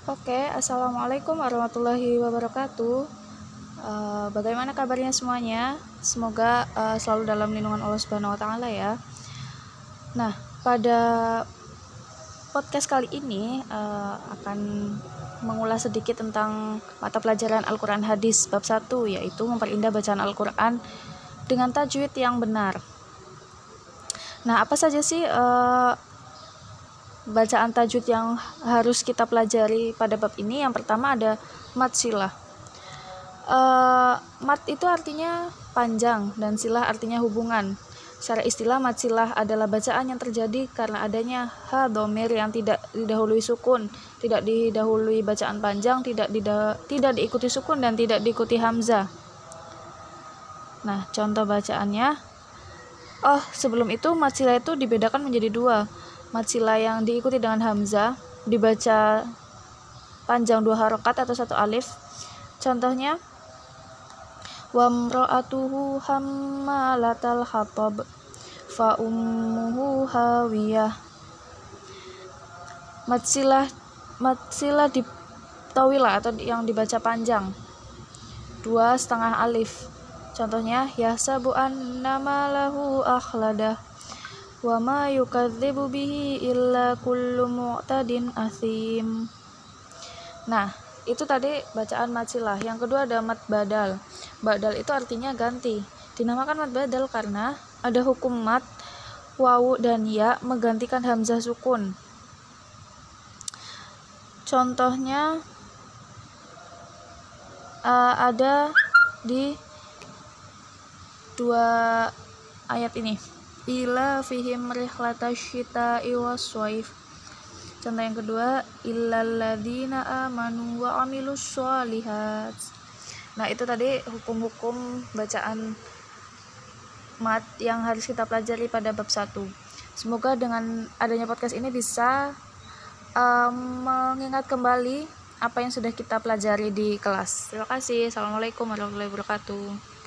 Oke, assalamualaikum warahmatullahi wabarakatuh. Bagaimana kabarnya semuanya? Semoga selalu dalam lindungan Allah Subhanahu Wa Taala ya. Nah, pada podcast kali ini akan mengulas sedikit tentang mata pelajaran Al-Quran Hadis bab 1, yaitu memperindah bacaan Al-Quran dengan tajwid yang benar. Nah, apa saja sih bacaan tajwid yang harus kita pelajari pada bab ini? Yang pertama ada mad silah. Mad itu artinya panjang dan silah artinya hubungan. Secara istilah, mad silah adalah bacaan yang terjadi karena adanya ha dhamir yang tidak didahului sukun, tidak didahului bacaan panjang, tidak diikuti sukun dan tidak diikuti hamzah. Nah, contoh bacaannya. Sebelum itu mad silah itu dibedakan menjadi dua. Mad silah yang diikuti dengan hamzah dibaca panjang 2 harokat atau 1 alif. Contohnya, wamra'atuhu hammalatal hatab fa ummuhu hawiyah. Mad silah tawilah atau yang dibaca panjang 2,5 alif. Contohnya, yahsabu annama lahu akhladah wa ma yukadzibu bihi illa kullu mu'tadin athim. Nah, itu tadi bacaan mad silah. Yang kedua ada mad badal. Badal itu artinya ganti. Dinamakan mad badal karena ada hukum mad wawu dan ya menggantikan hamzah sukun. Contohnya ada di 2 ayat ini. Ila fihim rihlatasyita'i waswaif. Contoh yang kedua, illal ladzina amanu wa amilus sholihat. Nah, itu tadi hukum-hukum bacaan mad yang harus kita pelajari pada bab 1. Semoga dengan adanya podcast ini bisa mengingat kembali apa yang sudah kita pelajari di kelas. Terima kasih. Assalamualaikum warahmatullahi wabarakatuh.